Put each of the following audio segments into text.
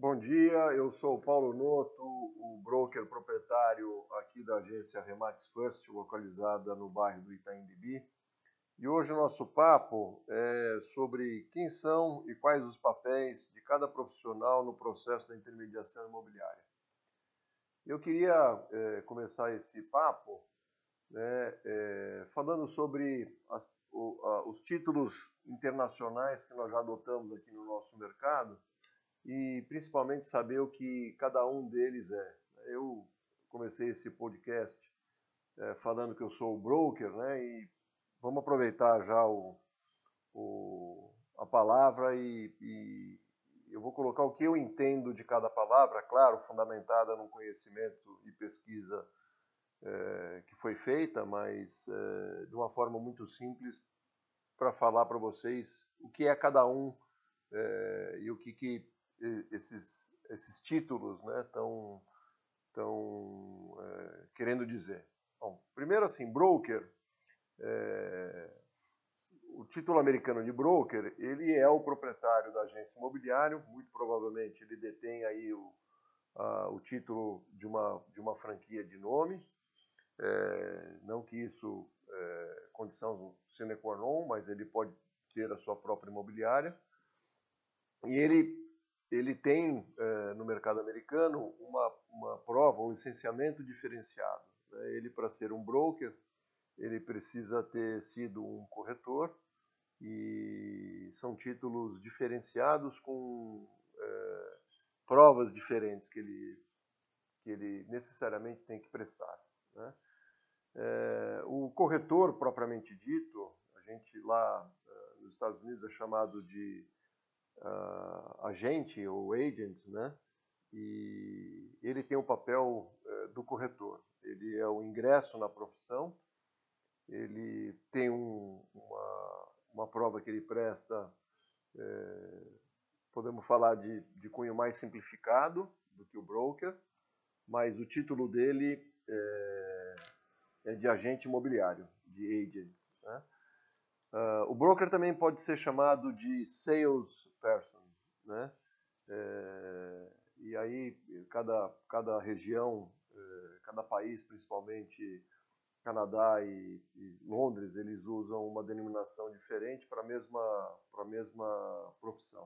Bom dia, eu sou o Paulo Noto, o broker proprietário aqui da agência Remax First, localizada no bairro do Itaim Bibi. E hoje o nosso papo é sobre quem são e quais os papéis de cada profissional no processo da intermediação imobiliária. Eu queria começar esse papo falando sobre os títulos internacionais que nós já adotamos aqui no nosso mercado, e principalmente saber o que cada um deles é. Eu comecei esse podcast falando que eu sou o broker, né? E vamos aproveitar já a palavra e eu vou colocar o que eu entendo de cada palavra, claro, fundamentada num conhecimento e pesquisa que foi feita, mas de uma forma muito simples para falar para vocês o que é cada um e o que esses títulos, né, estão querendo dizer. Bom, primeiro assim, broker, o título americano de broker, ele é o proprietário da agência imobiliária, muito provavelmente ele detém aí o título de uma franquia de nome, não que isso é condição sine qua non, mas ele pode ter a sua própria imobiliária, e ele tem no mercado americano uma prova, um licenciamento diferenciado. Né? Ele, para ser um broker, ele precisa ter sido um corretor, e são títulos diferenciados com provas diferentes que ele necessariamente tem que prestar. Né? O corretor, propriamente dito, a gente lá nos Estados Unidos é chamado de agente ou agent, né? E ele tem o papel do corretor. Ele é o ingresso na profissão, ele tem uma prova que ele presta, podemos falar de cunho mais simplificado do que o broker, mas o título dele é de agente imobiliário, de agent. Né? O broker também pode ser chamado de salesperson, né? E aí cada região, cada país, principalmente Canadá e Londres, eles usam uma denominação diferente para a mesma profissão.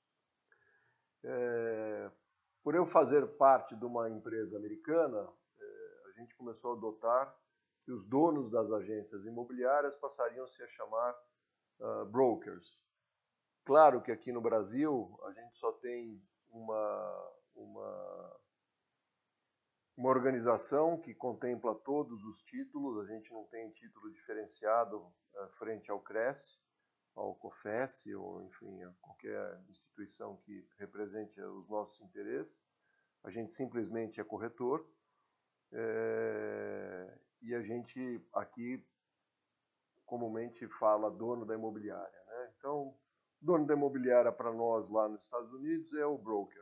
Por eu fazer parte de uma empresa americana, a gente começou a adotar que os donos das agências imobiliárias passariam -se a chamar brokers. Claro que aqui no Brasil a gente só tem uma organização que contempla todos os títulos, a gente não tem título diferenciado frente ao CRES, ao COFES, ou enfim, a qualquer instituição que represente os nossos interesses. A gente simplesmente é corretor e a gente aqui comumente fala dono da imobiliária. Né? Então, dono da imobiliária para nós lá nos Estados Unidos é o broker.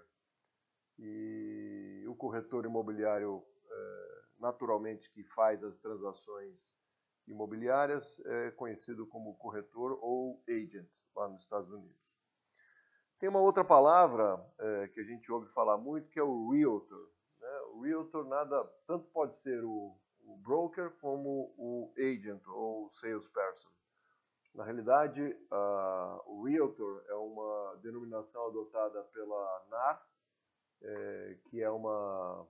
E o corretor imobiliário, naturalmente, que faz as transações imobiliárias, é conhecido como corretor ou agent lá nos Estados Unidos. Tem uma outra palavra que a gente ouve falar muito, que é o realtor. Né? O realtor tanto pode ser o broker como o agent ou salesperson. Na realidade, o realtor é uma denominação adotada pela NAR, que é uma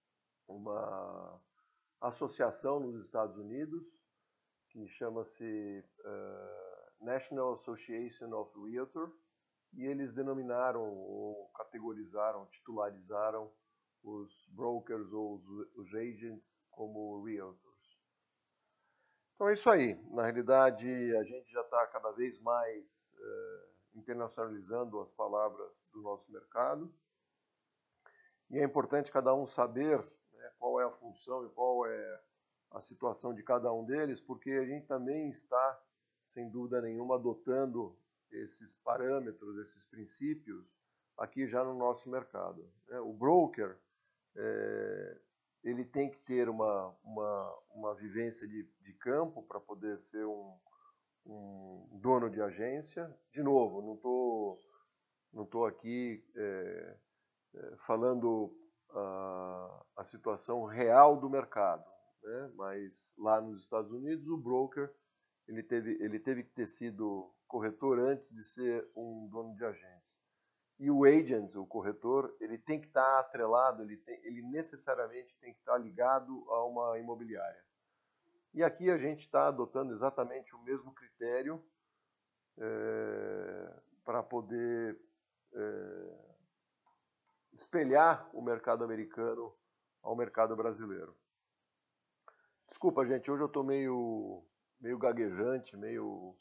associação nos Estados Unidos, que chama-se National Association of Realtors, e eles denominaram ou categorizaram, titularizaram os brokers ou os agents como realtors. Então é isso aí. Na realidade, a gente já está cada vez mais internacionalizando as palavras do nosso mercado. E é importante cada um saber, né, qual é a função e qual é a situação de cada um deles, porque a gente também está, sem dúvida nenhuma, adotando esses parâmetros, esses princípios, aqui já no nosso mercado. O broker, ele tem que ter uma vivência de campo para poder ser um dono de agência. De novo, não estou aqui falando a situação real do mercado, né? Mas lá nos Estados Unidos o broker ele teve que ter sido corretor antes de ser um dono de agência. E o agent, o corretor, ele tem que estar atrelado, ele necessariamente tem que estar ligado a uma imobiliária. E aqui a gente está adotando exatamente o mesmo critério para poder espelhar o mercado americano ao mercado brasileiro. Desculpa, gente, hoje eu estou meio gaguejante, meio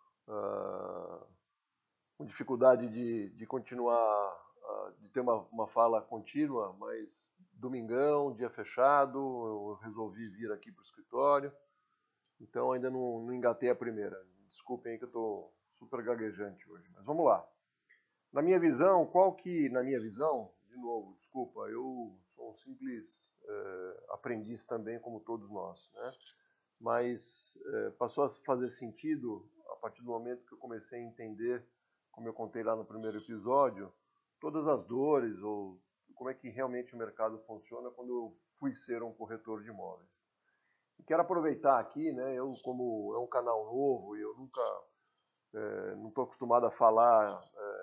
com dificuldade de continuar, de ter uma fala contínua, mas domingão, dia fechado, eu resolvi vir aqui para o escritório, então ainda não engatei a primeira. Desculpem aí que eu estou super gaguejante hoje, mas vamos lá. Na minha visão, de novo, desculpa, eu sou um simples aprendiz também, como todos nós, né? Mas passou a fazer sentido a partir do momento que eu comecei a entender, como eu contei lá no primeiro episódio, todas as dores ou como é que realmente o mercado funciona quando eu fui ser um corretor de imóveis. E quero aproveitar aqui, né? Eu, como é um canal novo e eu nunca não estou acostumado a falar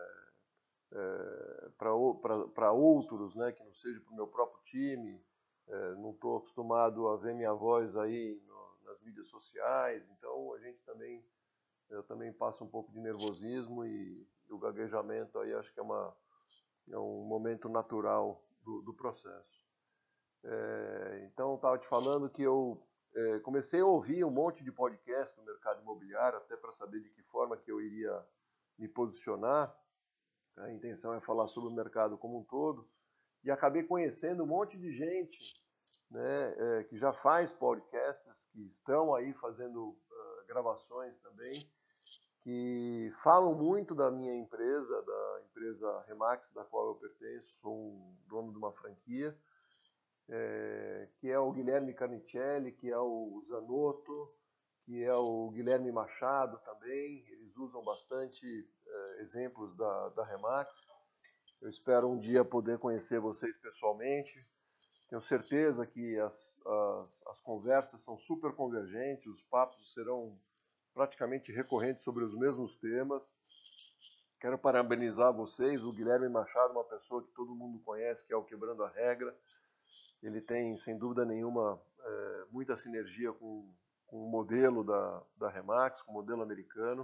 para outros, né, que não seja para o meu próprio time, não estou acostumado a ver minha voz aí nas mídias sociais, então eu também passo um pouco de nervosismo e o gaguejamento aí acho que é um momento natural do processo. Então, eu estava te falando que eu comecei a ouvir um monte de podcast no mercado imobiliário, até para saber de que forma que eu iria me posicionar. A intenção é falar sobre o mercado como um todo. E acabei conhecendo um monte de gente, né, que já faz podcasts, que estão aí fazendo gravações também, que falam muito da minha empresa, da empresa Remax, da qual eu pertenço, sou um dono de uma franquia, que é o Guilherme Carnicelli, que é o Zanotto, que é o Guilherme Machado também. Eles usam bastante exemplos da Remax. Eu espero um dia poder conhecer vocês pessoalmente. Tenho certeza que as conversas são super convergentes, os papos serão praticamente recorrentes sobre os mesmos temas. Quero parabenizar vocês. O Guilherme Machado, uma pessoa que todo mundo conhece, que é o Quebrando a Regra. Ele tem, sem dúvida nenhuma, muita sinergia com o modelo da Remax, com o modelo americano.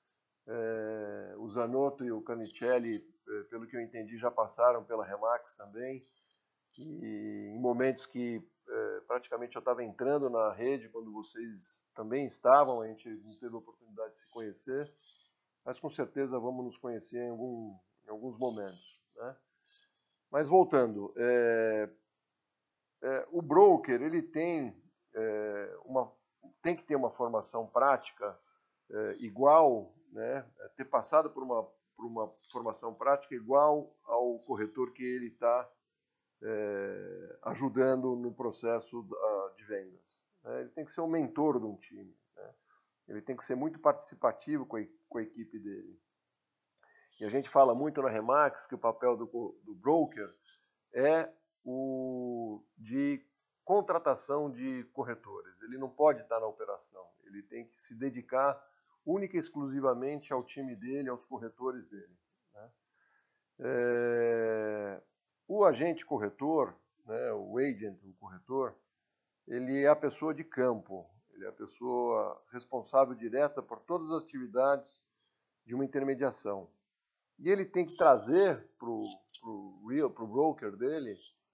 O Zanotto e o Carnicelli, pelo que eu entendi, já passaram pela Remax também. E em momentos que praticamente eu estava entrando na rede, quando vocês também estavam, a gente não teve a oportunidade de se conhecer, mas com certeza vamos nos conhecer em alguns momentos, né? Mas voltando, o broker ele tem que ter uma formação prática igual, né? Ter passado por uma formação prática igual ao corretor que ele está ajudando no processo de vendas, né? Ele tem que ser um mentor de um time, né? Ele tem que ser muito participativo com a equipe dele. E a gente fala muito na Remax que o papel do broker é o de contratação de corretores. Ele não pode estar na operação, ele tem que se dedicar única e exclusivamente ao time dele, aos corretores dele, né? O agente corretor, né, o agent, o corretor, ele é a pessoa de campo, ele é a pessoa responsável direta por todas as atividades de uma intermediação. E ele tem que trazer para o broker dele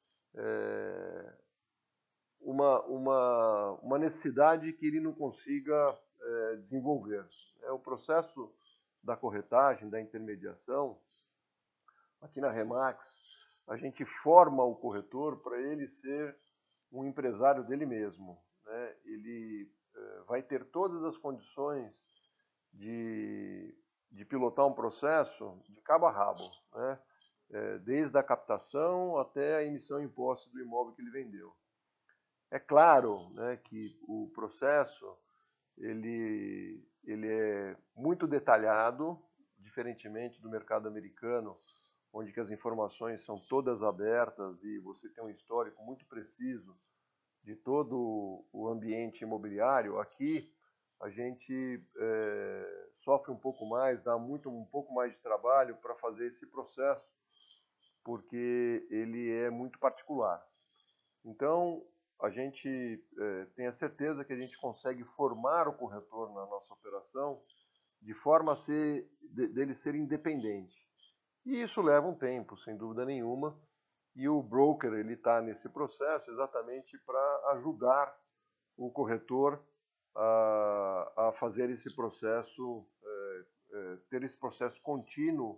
uma necessidade que ele não consiga desenvolver. O processo da corretagem, da intermediação, aqui na Remax, a gente forma o corretor para ele ser um empresário dele mesmo, né? Ele vai ter todas as condições de pilotar um processo de cabo a rabo, né? Desde a captação até a emissão em posse do imóvel que ele vendeu. É claro, né, que o processo ele é muito detalhado, diferentemente do mercado americano, onde que as informações são todas abertas e você tem um histórico muito preciso de todo o ambiente imobiliário. Aqui a gente sofre um pouco mais, dá um pouco mais de trabalho para fazer esse processo, porque ele é muito particular. Então, a gente tem a certeza que a gente consegue formar o corretor na nossa operação de forma a dele ser independente. E isso leva um tempo, sem dúvida nenhuma, e o broker ele está nesse processo exatamente para ajudar o corretor a fazer esse processo, ter esse processo contínuo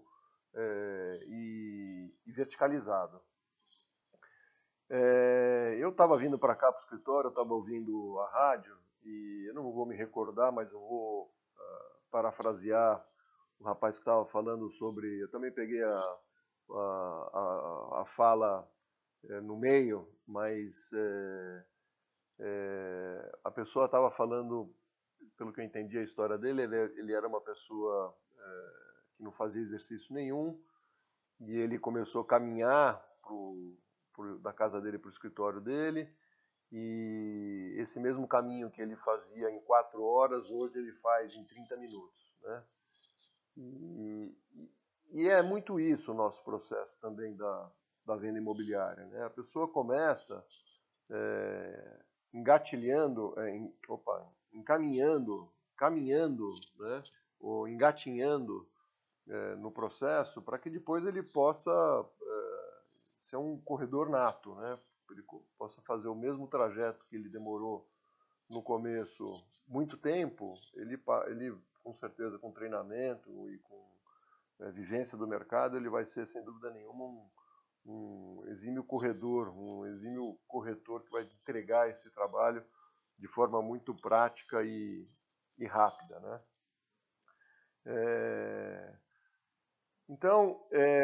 e verticalizado. Eu estava vindo para cá para o escritório, eu estava ouvindo a rádio, e eu não vou me recordar, mas eu vou parafrasear o rapaz que estava falando sobre... Eu também peguei a fala no meio, mas a pessoa estava falando, pelo que eu entendi a história dele, ele era uma pessoa que não fazia exercício nenhum, e ele começou a caminhar da casa dele para o escritório dele, e esse mesmo caminho que ele fazia em 4 horas, hoje ele faz em 30 minutos, né? E é muito isso o nosso processo também da venda imobiliária, né? A pessoa começa caminhando, né? Ou engatinhando no processo, para que depois ele possa ser um corredor nato, né? Ele possa fazer o mesmo trajeto que ele demorou no começo muito tempo, ele com certeza com treinamento e com vivência do mercado, ele vai ser sem dúvida nenhuma um exímio corredor, um exímio corretor que vai entregar esse trabalho de forma muito prática e rápida, né? Então,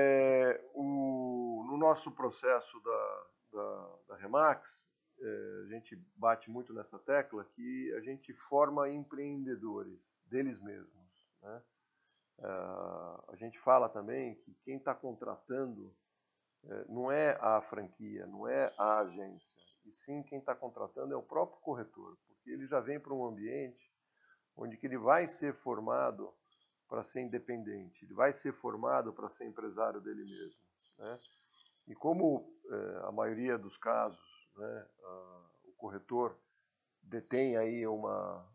no nosso processo da Remax, a gente bate muito nessa tecla que a gente forma empreendedores deles mesmos, né? A gente fala também que quem está contratando não é a franquia, não é a agência, e sim quem está contratando é o próprio corretor, porque ele já vem para um ambiente onde que ele vai ser formado para ser independente, ele vai ser formado para ser empresário dele mesmo, né? E como a maioria dos casos, né, o corretor detém aí uma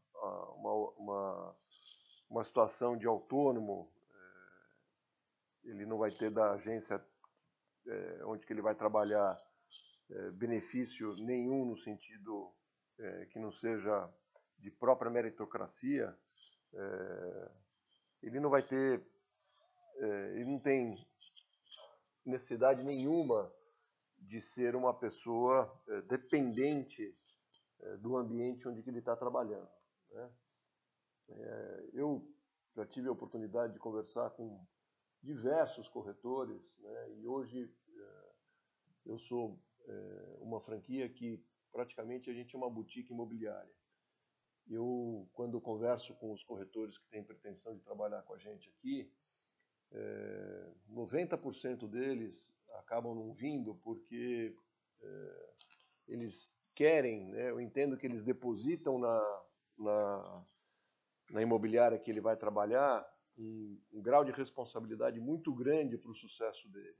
situação de autônomo, ele não vai ter da agência onde que ele vai trabalhar benefício nenhum no sentido que não seja de própria meritocracia, ele não vai ter, ele não tem necessidade nenhuma de ser uma pessoa dependente do ambiente onde que ele está trabalhando, né? Eu já tive a oportunidade de conversar com diversos corretores, né? E hoje eu sou uma franquia que praticamente a gente é uma boutique imobiliária. Eu, quando converso com os corretores que têm pretensão de trabalhar com a gente aqui, 90% deles acabam não vindo porque eles querem, né, eu entendo que eles depositam na imobiliária que ele vai trabalhar um grau de responsabilidade muito grande para o sucesso dele.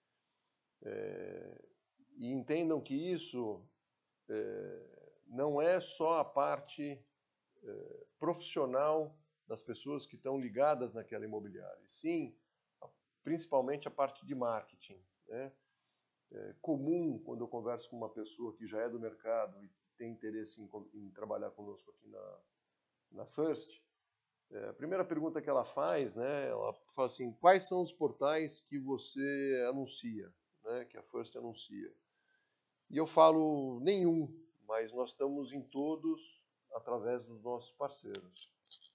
E entendam que isso não é só a parte profissional das pessoas que estão ligadas naquela imobiliária, e sim, principalmente a parte de marketing, né? É comum, quando eu converso com uma pessoa que já é do mercado e tem interesse em trabalhar conosco aqui na First, a primeira pergunta que ela faz, né, ela fala assim, quais são os portais que você anuncia, né, que a First anuncia? E eu falo, nenhum, mas nós estamos em todos através dos nossos parceiros.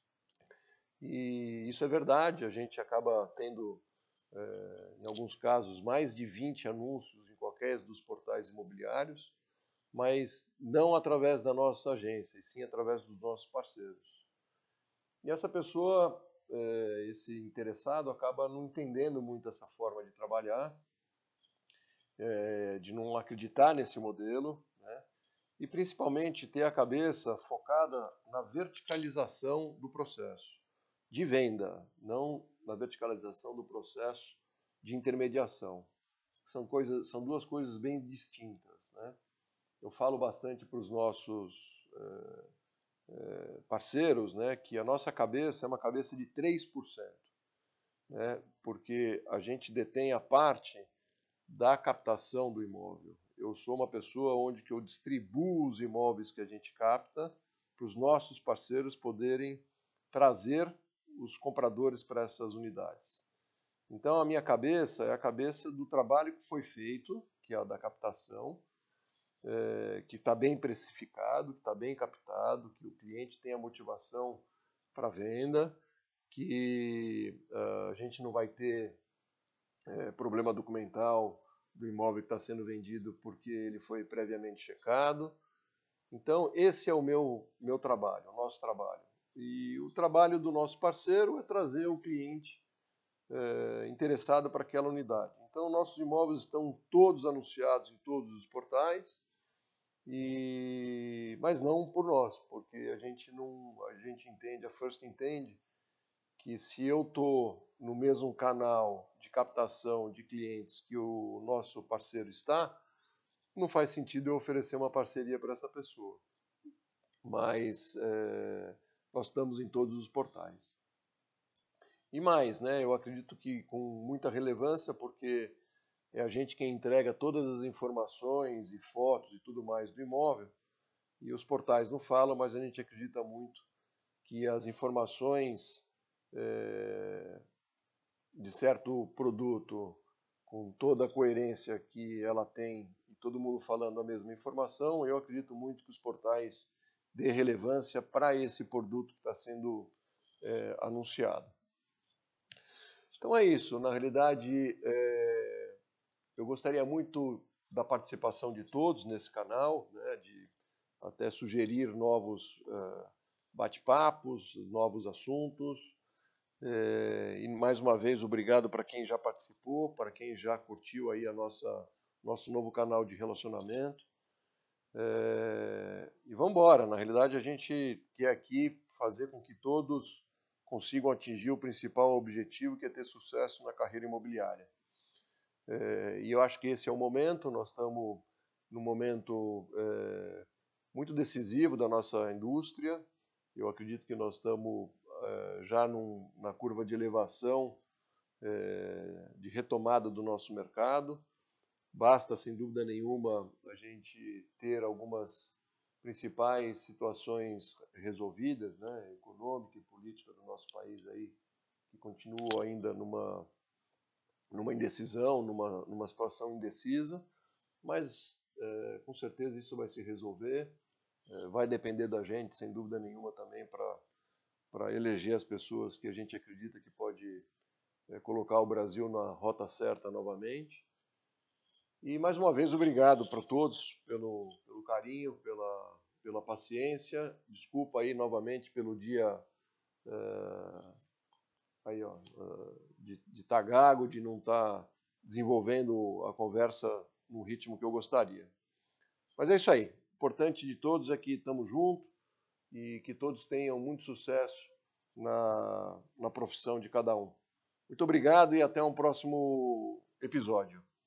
E isso é verdade, a gente acaba tendo, em alguns casos, mais de 20 anúncios em qualquer dos portais imobiliários, mas não através da nossa agência, e sim através dos nossos parceiros. E essa pessoa, esse interessado acaba não entendendo muito essa forma de trabalhar, de não acreditar nesse modelo, né? E principalmente ter a cabeça focada na verticalização do processo de venda, não na verticalização do processo de intermediação. São duas coisas bem distintas, né? Eu falo bastante para os nossos parceiros, né, que a nossa cabeça é uma cabeça de 3%, né, porque a gente detém a parte da captação do imóvel. Eu sou uma pessoa onde que eu distribuo os imóveis que a gente capta para os nossos parceiros poderem trazer os compradores para essas unidades. Então a minha cabeça é a cabeça do trabalho que foi feito, que é a da captação, que está bem precificado, que está bem captado, que o cliente tem a motivação para a venda, que a gente não vai ter problema documental do imóvel que está sendo vendido porque ele foi previamente checado. Então, esse é o meu trabalho, o nosso trabalho. E o trabalho do nosso parceiro é trazer o cliente interessado para aquela unidade. Então, nossos imóveis estão todos anunciados em todos os portais, mas não por nós, porque a gente entende, a First entende que se eu estou no mesmo canal de captação de clientes que o nosso parceiro está, não faz sentido eu oferecer uma parceria para essa pessoa. Mas nós estamos em todos os portais. E mais, né, eu acredito que com muita relevância, porque é a gente quem entrega todas as informações e fotos e tudo mais do imóvel, e os portais não falam, mas a gente acredita muito que as informações de certo produto, com toda a coerência que ela tem, e todo mundo falando a mesma informação, eu acredito muito que os portais dê relevância para esse produto que está sendo anunciado. Então é isso, na realidade eu gostaria muito da participação de todos nesse canal, né, de até sugerir novos bate-papos, novos assuntos. E mais uma vez, obrigado para quem já participou, para quem já curtiu aí nosso novo canal de relacionamento. E vamos embora, na realidade a gente quer aqui fazer com que todos consigam atingir o principal objetivo, que é ter sucesso na carreira imobiliária. E eu acho que esse é o momento, nós estamos num momento muito decisivo da nossa indústria. Eu acredito que nós estamos já na curva de elevação, de retomada do nosso mercado. Basta, sem dúvida nenhuma, a gente ter algumas principais situações resolvidas, né, econômica e política do nosso país aí, que continua ainda numa indecisão, numa situação indecisa, mas com certeza isso vai se resolver. Vai depender da gente, sem dúvida nenhuma, também para eleger as pessoas que a gente acredita que pode colocar o Brasil na rota certa novamente. E mais uma vez, obrigado para todos pelo carinho, pela paciência. Desculpa aí novamente pelo dia de estar gago, de não estar desenvolvendo a conversa no ritmo que eu gostaria. Mas é isso aí. O importante de todos é que estamos juntos e que todos tenham muito sucesso na profissão de cada um. Muito obrigado e até um próximo episódio.